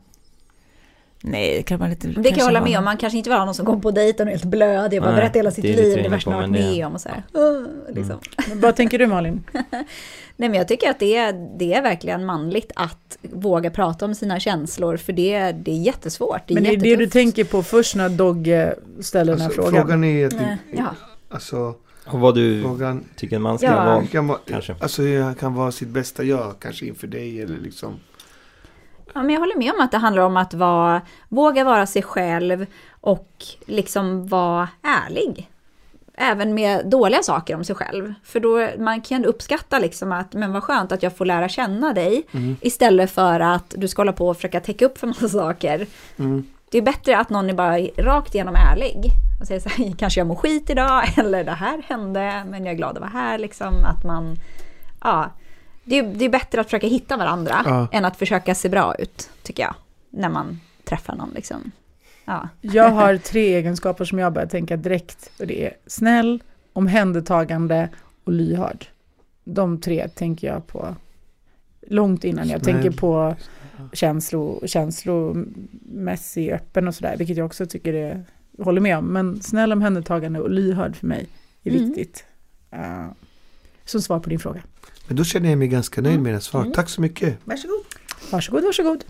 Nej, det kan man lite. Det kan jag hålla med om. Man kanske inte vill ha någon som kommer på dejten och är helt blöd. Jag bara Nej, berättar hela sitt det är lite liv. Det inne värsta på, man varit men det- med om och så här. Uh, liksom. Men vad tänker du Malin? Nej, men jag tycker att det är, det är verkligen manligt att våga prata om sina känslor. För det, det är jättesvårt. Det är Men det är det du jättetufft. tänker på först när Dogge ställer den här Alltså, frågan. frågan är att Nej, ja. alltså, Och vad du frågan tycker en man ska Ja. vara, kan vara, kanske. alltså jag kan vara sitt bästa jag kanske inför dig eller liksom. Ja, men jag håller med om att det handlar om att vara, våga vara sig själv och liksom vara ärlig. Även med dåliga saker om sig själv. För då man kan uppskatta liksom att, men vad skönt att jag får lära känna dig. Mm. Istället för att du ska hålla på och försöka täcka upp för massa saker. Mm. Det är bättre att någon är bara rakt igenom ärlig. Och säger så här, kanske jag mår skit idag. Eller det här hände, men jag är glad att vara här. Liksom, att man, ja, det, är, det är bättre att försöka hitta varandra. Ja. Än att försöka se bra ut, tycker jag. När man träffar någon liksom. Ja. Jag har tre egenskaper som jag börjar tänka direkt. Och det är snäll, omhändertagande och lyhörd. De tre tänker jag på långt innan jag Snäll. tänker på känslo, känslomässig öppen och sådär. Vilket jag också tycker är, håller med om. Men snäll, omhändertagande och lyhörd för mig är Mm. viktigt. Uh, som svar på din fråga. Men då känner jag mig ganska nöjd med era svar. Mm. Tack så mycket. Varsågod. Varsågod, varsågod.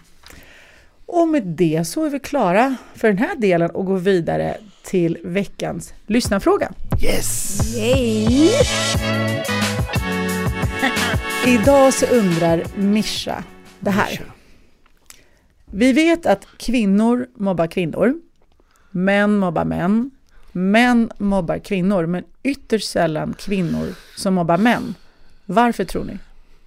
Och med det så är vi klara för den här delen och går vidare till veckans lyssnarfråga. Yes! Yay! Idag så undrar Mischa det här. Vi vet att kvinnor mobbar kvinnor, män mobbar män, män mobbar kvinnor, men ytterst sällan kvinnor som mobbar män. Varför tror ni?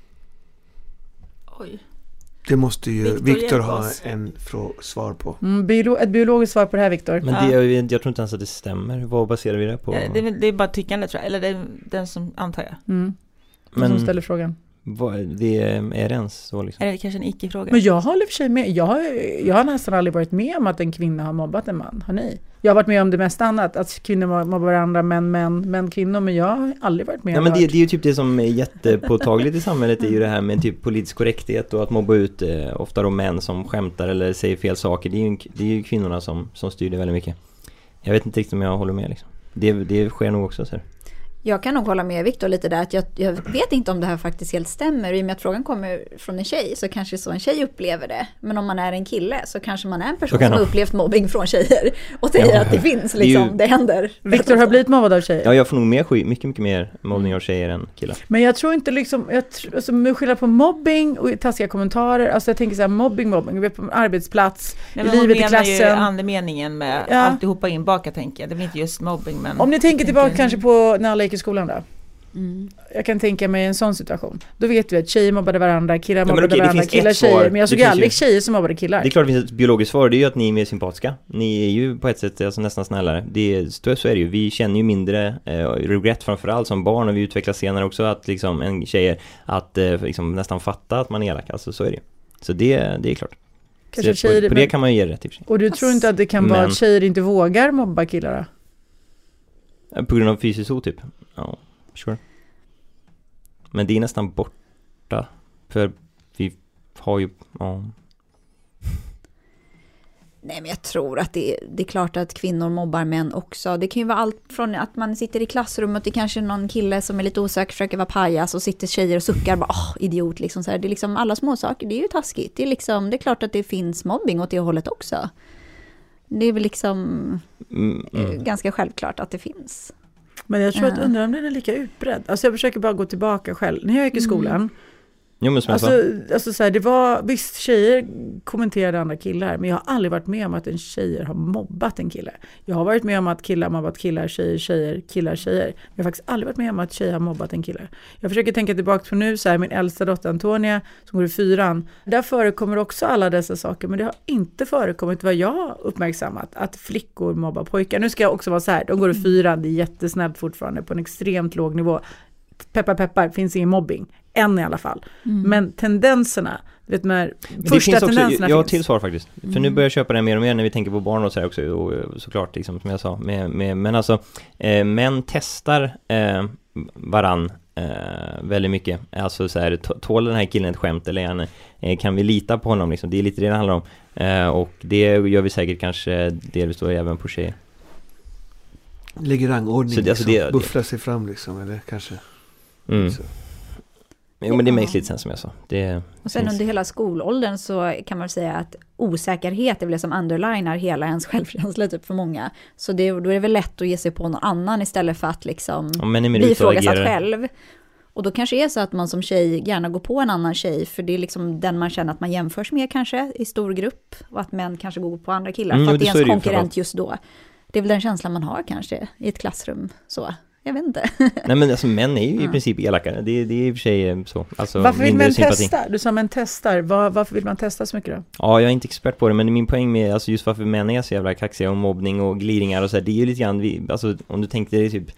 Oj. Det måste ju Viktor, Viktor hjälp ha oss. en frå- svar på. Mm, biolo- ett biologiskt svar på det här, Viktor. Men det, jag, jag tror inte ens att det stämmer. Vad baserar vi det på? Ja, det, är, det är bara tyckande tror jag. Eller det är den som antar jag. Mm. Men- Som ställer frågan. Vad, det är, är det ens så liksom? Eller det kanske en icke-fråga. Men jag håller för sig med. Jag har, jag har nästan aldrig varit med om att en kvinna har mobbat en man. Har ni? Jag har varit med om det mesta annat. Att kvinnor mobbar varandra, män, män, män, kvinnor. Men jag har aldrig varit med Ja, om men det, det. det är ju typ det som är jättepåtagligt i samhället, är ju det här med typ politisk korrekthet och att mobba ut eh, ofta då män som skämtar eller säger fel saker. Det är ju, det är ju kvinnorna som, som styr det väldigt mycket. Jag vet inte riktigt om jag håller med liksom. Det, det sker nog också så här. Jag kan nog hålla med Victor lite där, att jag, jag vet inte om det här faktiskt helt stämmer. I och med att frågan kommer från en tjej så kanske så en tjej upplever det. Men om man är en kille så kanske man är en person som har upplevt mobbing från tjejer och säger ja, att det finns, liksom, det, ju... det händer. Victor har blivit mobbad av tjejer. Ja, jag får nog mer, mycket, mycket mer mobbning av tjejer än killar. Men jag tror inte liksom, jag tr- alltså, med skillnad på mobbing och taskiga kommentarer, alltså jag tänker så här, mobbing, mobbing, vi är på en arbetsplats, Nej, i livet i klassen. Ju andemeningen med ja. alltihopa inbaka, tänker jag. Det blir inte just mobbing, men... Om ni tänker tillbaka tänker... kanske på när alla gick i skolan då. Mm. Jag kan tänka mig en sån situation. Då vet vi att tjejer mobbade varandra, killar ja, mobbade okej, varandra, killar tjejer. Men jag såg aldrig ju... tjejer som mobbade killar. Det är klart det finns ett biologiskt svar, det är ju att ni är mer sympatiska. Ni är ju på ett sätt alltså, nästan snällare. Det är, så är det ju. Vi känner ju mindre eh, regret framförallt som barn, och vi utvecklas senare också att liksom, en tjejer att eh, liksom, nästan fatta att man är elak. Alltså så är det ju. Så det, det är klart. Så tjejer, på, på det men... kan man ju ge rätt i. Och du tror inte att det kan men... vara att tjejer inte vågar mobba killar då? På grund av fysiskt hot typ? Ja, sure. Men det är nästan borta. För vi har ju... Ja. Nej, men jag tror att det är, det är klart att kvinnor mobbar män också. Det kan ju vara allt från att man sitter i klassrummet, det är kanske någon kille som är lite osäker, försöker vara pajas och sitter tjejer och suckar bara, åh, idiot liksom så här. Det är liksom alla små saker, det är ju taskigt. Det är liksom, det är klart att det finns mobbing åt det hållet också. Det är väl liksom mm, mm. ganska självklart att det finns. Men jag tror uh. att undrar om den är lika utbredd. Alltså jag försöker bara gå tillbaka själv. När jag gick i skolan mm. Jo, men som alltså, alltså så här, det var visst tjejer kommenterade andra killar, men jag har aldrig varit med om att en tjejer har mobbat en kille. Jag har varit med om att killar mobbat killar, tjejer, tjejer, killar, tjejer. Men jag har faktiskt aldrig varit med om att tjejer har mobbat en kille. Jag försöker tänka tillbaka på nu så här, min äldsta dotter Antonia som går i fyran. Där förekommer också alla dessa saker, men det har inte förekommit vad jag har uppmärksammat att flickor mobbar pojkar. Nu ska jag också vara så här, de går i fyran, det är jättesnabbt fortfarande på en extremt låg nivå. Peppar, peppar, finns ingen mobbing. Än i alla fall. Mm. Men tendenserna, vet man, första finns också, tendenserna jag har finns. till svar faktiskt. Mm. För nu börjar jag köpa det mer och mer när vi tänker på barn och så här också. Och såklart, liksom, som jag sa. Med, med, men alltså, eh, män testar eh, varann eh, väldigt mycket. Alltså så här, tål den här killen ett skämt eller han, eh, kan vi lita på honom? Liksom? Det är lite det det handlar om. Eh, och det gör vi säkert kanske delvis då även på tjejer. Lägger rangordning, det, alltså liksom, det, bufflar sig fram liksom, eller kanske. Mm. Jo, men det är märkligt sen som jag sa. Det och sen finns... under hela skolåldern så kan man säga att osäkerhet är väl det som underlinar hela ens självkänsla typ för många. Så det, då är det väl lätt att ge sig på någon annan istället för att liksom ja, bli ifrågasatt själv. Och då kanske är så att man som tjej gärna går på en annan tjej, för det är liksom den man känner att man jämförs med kanske i stor grupp, och att män kanske går på andra killar mm, för att det är ens konkurrent just då. Det är väl den känslan man har kanske i ett klassrum så. Jag vet inte. Nej, men alltså män är ju i princip elakare. Det, det är i och för sig så. Alltså, varför vill man sympati. testa? Du sa man testar. Var, varför vill man testa så mycket då? Ja, jag är inte expert på det, men min poäng med alltså just varför män är så jävla kaxiga och mobbning och glidningar och så här, det är ju lite grann, vi, alltså om du tänkte det typ,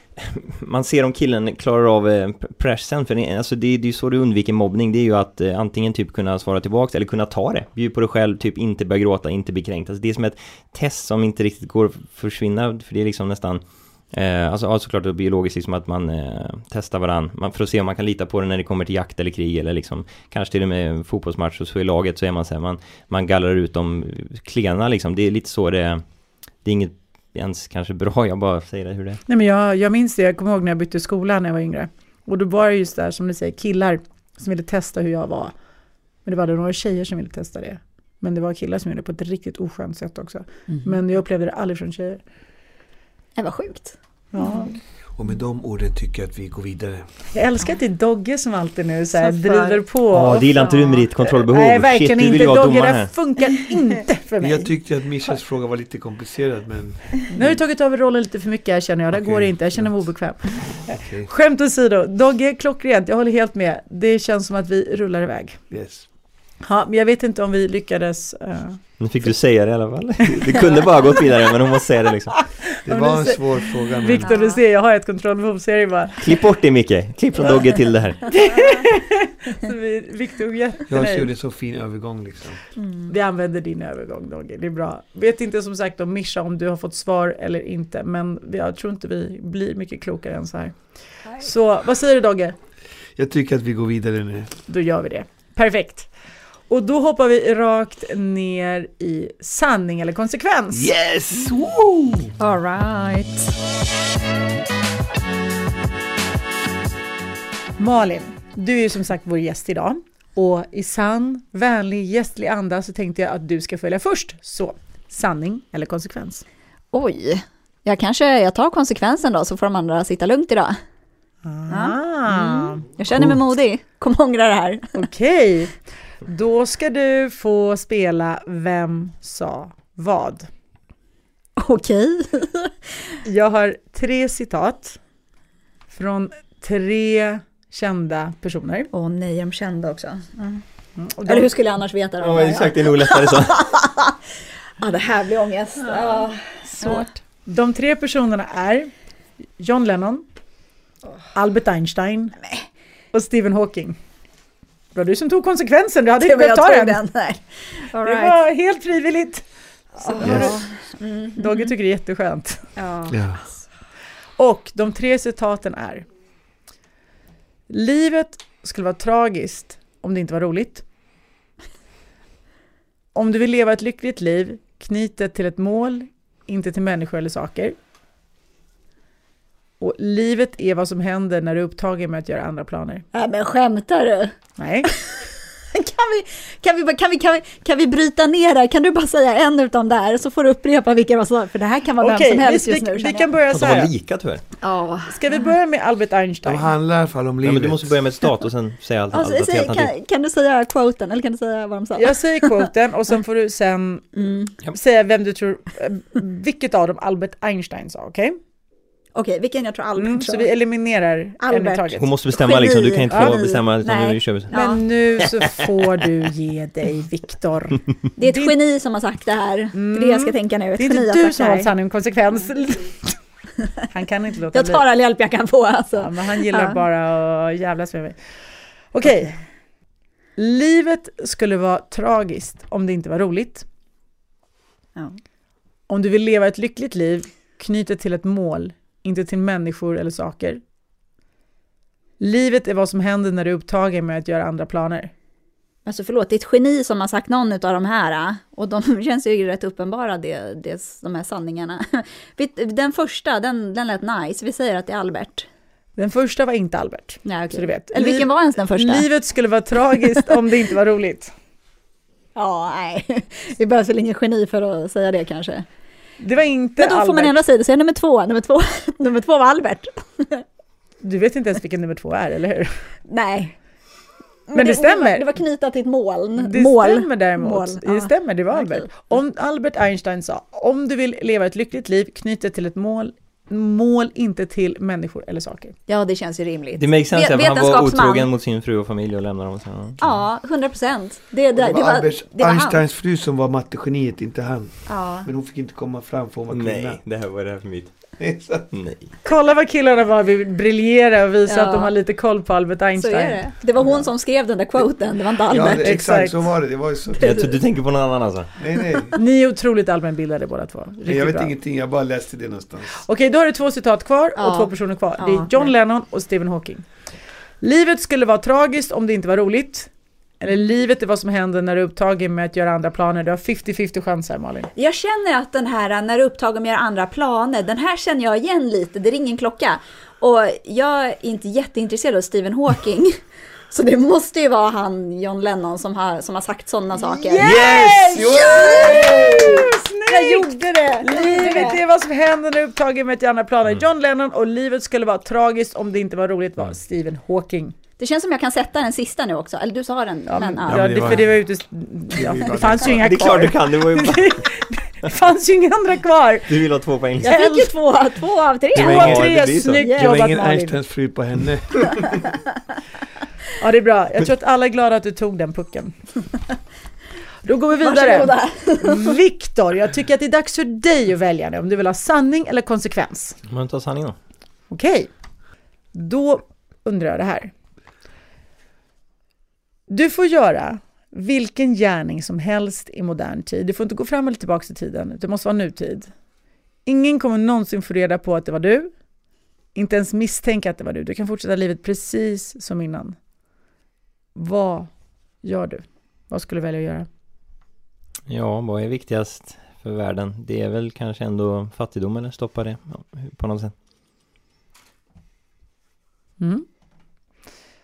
man ser om killen klarar av eh, pressen, för det, alltså det, det är ju så du undviker mobbning, det är ju att eh, antingen typ kunna svara tillbaka eller kunna ta det, bjud på dig själv, typ inte börja gråta, inte bli kränkt. Alltså det är som ett test som inte riktigt går att försvinna, för det är liksom nästan Eh, alltså ja, såklart det är biologiskt liksom att man eh, testar varann man, för att se om man kan lita på det när det kommer till jakt eller krig eller liksom, kanske till och med fotbollsmatch, och så i laget så är man så här, man, man gallrar ut de klena liksom, det är lite så det, det är inget ens kanske bra, jag bara säger det hur det är. Nej, men jag, jag minns det, jag kommer ihåg när jag bytte skola när jag var yngre, och då var det just där som du säger, killar som ville testa hur jag var, men det var det några tjejer som ville testa det, men det var killar som gjorde det på ett riktigt oskönt sätt också. Mm. Men jag upplevde det aldrig från tjejer. Det var sjukt. Ja. Och med de orden tycker jag att vi går vidare. Jag älskar att det är Dogge som alltid nu så här, så driver på. Ja, det gillar inte du med ditt kontrollbehov. Nej, verkligen Shit, inte. Dogge, det funkar inte för mig. Jag tyckte att Mishas fråga var lite komplicerad, men... Nu har du tagit över rollen lite för mycket här, känner jag. Det okay. går inte, jag känner mig obekväm. Okay. Skämt åsido, Dogge, klockrent, jag håller helt med. Det känns som att vi rullar iväg. Yes. Ja, men jag vet inte om vi lyckades... Uh... Nu fick du säga det i alla fall. Det kunde bara gått vidare, men hon måste säga det liksom. Det var en svår fråga. Men... Victor, du ser, jag har ett kontrollbehov, så är det bara... Klipp bort det, Micke. Klipp från Dogge till det här. Så vi, Victor, jättenöjd. Jag gjorde så fin övergång liksom. Mm. Vi använder din övergång, Dogge. Det är bra. Vet inte som sagt om Mischa, om du har fått svar eller inte, men jag tror inte vi blir mycket klokare än så här. Nej. Så, vad säger du, Dogge? Jag tycker att vi går vidare nu. Då gör vi det. Perfekt. Och då hoppar vi rakt ner i sanning eller konsekvens. Yes! Woo! All right. Malin, du är ju som sagt vår gäst idag. Och i sann, vänlig, gästlig anda så tänkte jag att du ska följa först. Så, sanning eller konsekvens? Oj, jag kanske jag tar konsekvensen då så får de andra sitta lugnt idag. Ah. Mm. Jag känner mig modig. Kom ångra det här. Okej, okay. Då ska du få spela Vem sa vad? Okej. Okay. Jag har tre citat från tre kända personer. Åh oh, nej, de kända också. Mm. Mm. De... Eller hur skulle jag annars veta det? Ja, exakt, det är nog lättare så. Ja, det här blir ångest. Ja. Svårt. De tre personerna är John Lennon, Albert Einstein och Stephen Hawking. Det var du som tog konsekvensen, du hade inte behövt ta den. den. Nej. All right. Det var helt frivilligt. Oh. Yes. Mm. Dogge tycker det är jätteskönt. Ja. Ja. Och de tre citaten är: livet skulle vara tragiskt om det inte var roligt. Om du vill leva ett lyckligt liv, knyt det till ett mål, inte till människor eller saker. Och livet är vad som händer när du är upptagen med att göra andra planer. Ja, men skämtar du? Nej. Kan vi, kan, vi, kan, vi, kan, vi, kan vi bryta ner det? Kan du bara säga en utom där så får du upprepa vilka var så, för det här kan vara okay, vem som helst vi, just nu. Vi, vi kan börja så här. De var lika tyvärr. Ja. Ska vi börja med Albert Einstein? De handlar i alla fall om livet. Ja, men du måste börja med ett stat och sen säga allt. Alltså, allt säg, kan, kan du säga quoten eller kan du säga vad de sa? Jag säger quoten och sen får du sen mm. säga vem du tror, vilket av dem Albert Einstein sa, okej? Okay? Okej, okay, vilken jag tror Albert mm, så vi eliminerar en i taget. Hon måste bestämma liksom, du kan inte få ja. bestämma utan du kör. Men ja. Nu så får du ge dig, Viktor. Det är ett det... geni som har sagt det här. Mm. Det är det jag ska tänka nu. Ett det är inte du som har sanning konsekvens. Han kan inte låta jag tar all hjälp jag kan få. Alltså. Ja, men han gillar ja. bara att jävlas med mig. Okej. Okay. Livet skulle vara tragiskt om det inte var roligt. Ja. Om du vill leva ett lyckligt liv, knyt det till ett mål. Inte till människor eller saker. Livet är vad som händer när du är upptagen med att göra andra planer. Alltså förlåt, det är ett geni som har sagt någon av de här. Och de känns ju rätt uppenbara, det, det, de här sanningarna. Den första, den, den lät nice. Vi säger att det är Albert. Den första var inte Albert. Nej, okay. Så du vet. Eller vilken var ens den första? Livet skulle vara tragiskt om det inte var roligt. Ja, nej. Vi behövs väl ingen geni för att säga det kanske. Det var inte Men då Albert. får man ändra sig, säga nummer två. Nummer två, nummer två var Albert. Du vet inte ens vilken nummer två är, eller hur? Nej. Men, Men det, det stämmer. Det var, det var knyta till ett moln. Det mål. stämmer däremot. Mål. Det Ja. stämmer, det var Albert. Okay. Om Albert Einstein sa, om du vill leva ett lyckligt liv, knyt det till ett mål. Mål inte till människor eller saker. Ja, det känns ju rimligt. Det makes sense, Vet, han var otrogen mot sin fru och familj och lämnade dem. Så. Ja, hundra procent. Det, det, det, var det var Albert det var Einsteins fru som var mattegeniet, inte han. Ja. Men hon fick inte komma fram för hon var kvinna. Nej, det här var det här för mitt. Nej. Kolla vad killarna var, vi briljerar och visar ja. att de har lite koll på Albert Einstein. Så är det. Det var hon ja. som skrev den där quoten, det var inte Albert. Ja, det, exakt, exakt så var det. Det var ju så. Jag tror du tänker på någon annan alltså. Nej, nej. Ni är otroligt allmänbildade båda två. Nej, jag vet bra. ingenting, jag bara läste det någonstans. Okej, då har du två citat kvar ja. och två personer kvar. Ja. Det är John Lennon och Stephen Hawking. Livet skulle vara tragiskt om det inte var roligt. Eller livet är vad som händer när du är upptagen med att göra andra planer. Du har femtio femtio chanser, Malin. Jag känner att den här, när du är upptagen med att göra andra planer, den här känner jag igen lite, det ringer en klocka. Och jag är inte jätteintresserad av Stephen Hawking. Så det måste ju vara han, John Lennon, som har, som har sagt sådana saker. Yes! Yes! yes! Jag gjorde det! Livet är vad som händer när du är upptagen med att göra andra planer. Mm. John Lennon och livet skulle vara tragiskt om det inte var roligt var Stephen Hawking. Det känns som jag kan sätta den sista nu också. Eller du sa den. Ja, men, men, ja, ja, det, för det var ute... Ja, det fanns ju inga kvar. Det är klart du kan, det var ju bara... Det fanns ju inga andra kvar. Du vill ha två poäng. Jag fick ju två, två av tre. Två av tre, snyggt jobbat Malin. Det var ingen Einsteins fru på henne. Ja, det är bra. Jag tror att alla är glada att du tog den pucken. Då går vi vidare. Viktor, jag tycker att det är dags för dig att välja nu. Om du vill ha sanning eller konsekvens. Man tar sanning då. Okej. Okay. Då undrar jag det här. Du får göra vilken gärning som helst i modern tid. Du får inte gå fram eller tillbaka i tiden. Det måste vara nutid. Ingen kommer någonsin få reda på att det var du. Inte ens misstänka att det var du. Du kan fortsätta livet precis som innan. Vad gör du? Vad skulle du välja att göra? Ja, vad är viktigast för världen? Det är väl kanske ändå fattigdom eller stoppa det ja, på något sätt. Mm.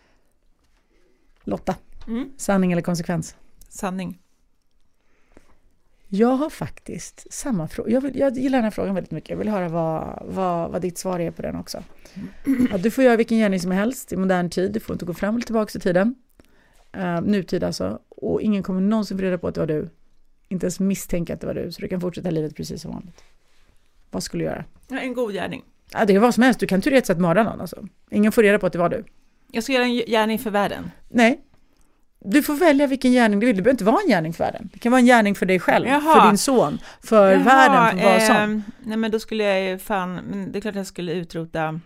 Lotta, Mm. sanning eller konsekvens? Sanning. Jag har faktiskt samma fråga. Jag, vill, jag gillar den här frågan väldigt mycket. Jag vill höra vad, vad, vad ditt svar är på den också. Att du får göra vilken gärning som helst i modern tid. Du får inte gå fram eller tillbaka i tiden. Uh, nutid alltså. Och ingen kommer någonsin få reda på att det var du. Inte ens misstänka att det var du. Så du kan fortsätta livet precis som vanligt. Vad skulle du göra? Ja, en god gärning. Ja, det är vad som helst. Du kan teoretiskt sett mörda någon. Alltså. Ingen får reda på att det var du. Jag ska göra en gärning för världen. Nej. Du får välja vilken gärning du vill. Det behöver inte vara en gärning för världen. Det kan vara en gärning för dig själv. Jaha. För din son. För Jaha, världen. För vad eh, som. Nej, men då skulle jag ju fan... Men det är klart att jag skulle utrota...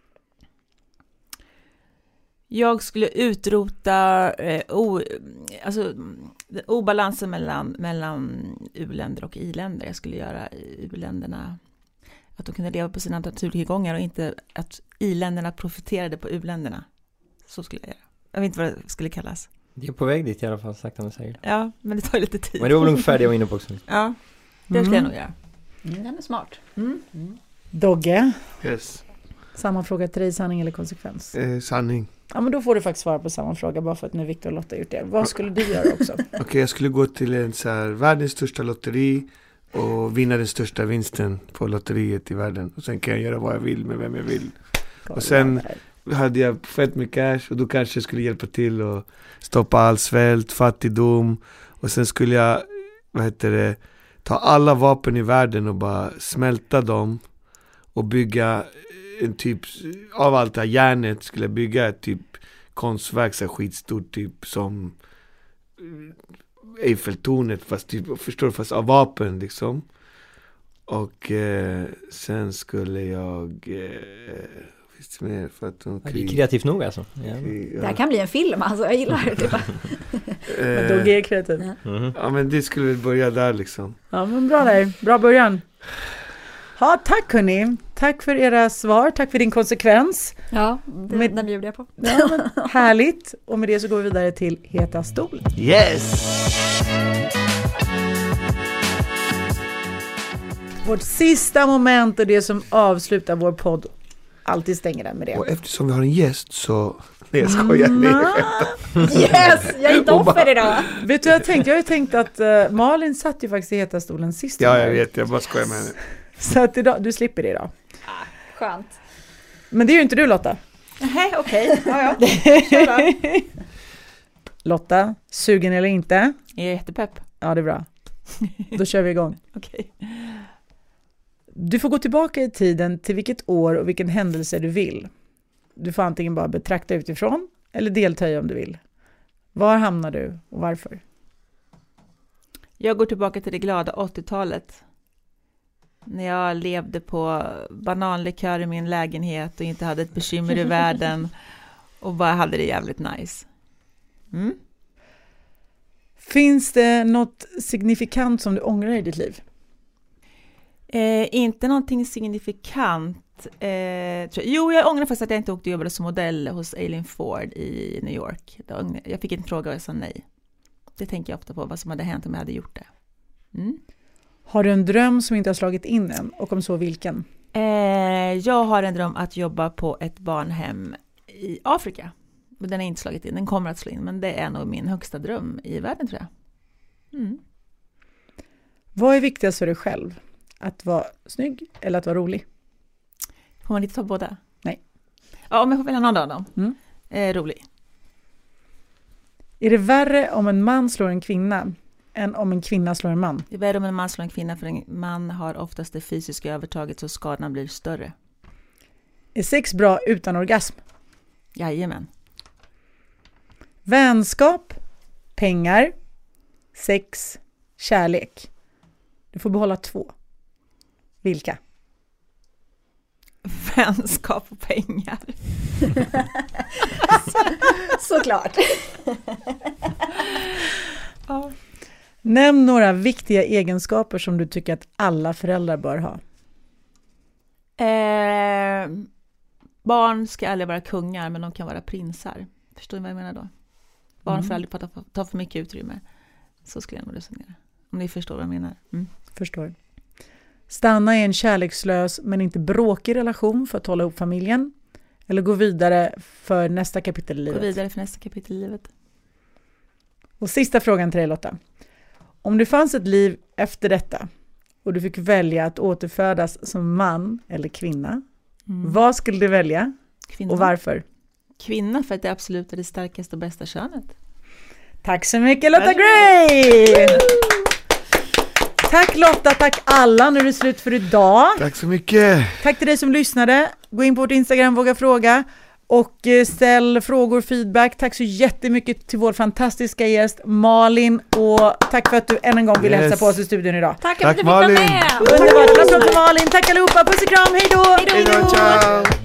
Jag skulle utrota eh, o, alltså, obalansen mellan, mellan u-länder och i-länder. Jag skulle göra u-länderna att de kunde leva på sina naturtillgångar och inte att i-länderna profiterade på u-länderna. Så skulle jag göra. Jag vet inte vad det skulle kallas. Det är på väg dit i alla fall, sakta men säkert. Ja, men det tar ju lite tid. Men det var väl ungefär det jag var inne på också. Ja, det skulle jag nog göra. Mm. Den är smart. Mm. Mm. Dogge. Yes. Samma fråga till dig, sanning eller konsekvens? Eh, sanning. Ja, men då får du faktiskt svara på samma fråga bara för att nu Victor och Lotta har gjort det. Vad skulle du göra också? Okej, okay, jag skulle gå till en så här, världens största lotteri och vinna den största vinsten på lotteriet i världen. Och sen kan jag göra vad jag vill med vem jag vill. Och sen hade jag fett med cash och då kanske jag skulle hjälpa till och stoppa all svält, fattigdom. Och sen skulle jag, vad heter det, ta alla vapen i världen och bara smälta dem och bygga en typ, av allt det här järnet skulle jag bygga ett typ konstverk, så skitstort typ som Eiffeltornet, fast typ, förstår du, fast av vapen liksom. Och eh, sen skulle jag eh, finns det mer för att de ja, det är kreativt nog alltså. Ja. Ja. Det här kan bli en film, alltså jag gillar det. Men då är kreativ. Mm-hmm. Ja, men det skulle börja där liksom. Ja, men bra där. Bra början. Ja, tack hörni. Tack för era svar. Tack för din konsekvens. Ja, det, med, den bjuder jag på. Ja, men, härligt. Och med det så går vi vidare till Heta stol. Yes! Vårt sista moment är det som avslutar vår podd. Alltid stänger den med det. Och eftersom vi har en gäst så... Nej, jag skojar. Mm. Yes! Jag är inte offer idag. Vet du, jag tänkte, jag har ju tänkt att uh, Malin satt ju faktiskt i Heta stolen sist. Ja, jag vet. Jag bara skojar med henne. Så att idag, du slipper det idag. Ah, skönt. Men det är ju inte du, Lotta. Nej, okej. Okay. Ja, ja. Lotta, sugen eller inte? Jag är jättepepp. Ja, det är bra. Då kör vi igång. Okej. Okay. Du får gå tillbaka i tiden till vilket år och vilken händelse du vill. Du får antingen bara betrakta utifrån eller delta i om du vill. Var hamnar du och varför? Jag går tillbaka till det glada åttiotalet. När jag levde på bananlikör i min lägenhet och inte hade ett bekymmer i världen och bara hade det jävligt nice. Mm. Finns det något signifikant som du ångrar i ditt liv? Eh, inte någonting signifikant. Eh, jo, jag ångrar faktiskt att jag inte åkte och jobbade som modell hos Eileen Ford i New York. Jag fick en fråga och jag sa nej. Det tänker jag ofta på, vad som hade hänt om jag hade gjort det. Mm. Har du en dröm som inte har slagit in än? Och om så, vilken? Eh, jag har en dröm att jobba på ett barnhem i Afrika. Men den har inte slagit in, den kommer att slå in. Men det är nog min högsta dröm i världen, tror jag. Mm. Vad är viktigast för dig själv? Att vara snygg eller att vara rolig? Får man inte ta båda? Nej. Ja, om jag får välja någon av dem. Mm. Eh, rolig. Är det värre om en man slår en kvinna än om en kvinna slår en man? Det är värre om en man slår en kvinna, för en man har oftast det fysiska övertaget så skadorna blir större. Är sex bra utan orgasm? Jajamän. Vänskap, pengar, sex, kärlek. Du får behålla två. Vilka? Vänskap och pengar. Såklart. Ja. Nämn några viktiga egenskaper som du tycker att alla föräldrar bör ha. Eh, barn ska aldrig vara kungar, men de kan vara prinsar. Förstår ni vad jag menar då? Barn mm. får aldrig ta, ta för mycket utrymme. Så skulle jag nog resonera. Om ni förstår vad jag menar. Mm. Förstår. Stanna i en kärlekslös men inte bråkig relation för att hålla ihop familjen. Eller gå vidare för nästa kapitel i livet. Gå vidare för nästa kapitel i livet. Och sista frågan till dig, Lotta. Om det fanns ett liv efter detta och du fick välja att återfödas som man eller kvinna, mm. vad skulle du välja? Kvinna. Och varför? Kvinna, för att det absolut är det starkaste och bästa könet. Tack så mycket, Lotta Gray! Tack Lotta, tack alla. Nu är det slut för idag. Tack så mycket. Tack till dig som lyssnade. Gå in på vårt Instagram, våga fråga. Och ställ frågor, feedback. Tack så jättemycket till vår fantastiska gäst Malin. Och tack för att du än en gång ville yes. hälsa på oss i studion idag. Tack, tack att du fick vara med. Underbart. Tack till Malin. Tack allihopa. Puss och kram. Hej då. Hej då. Ciao.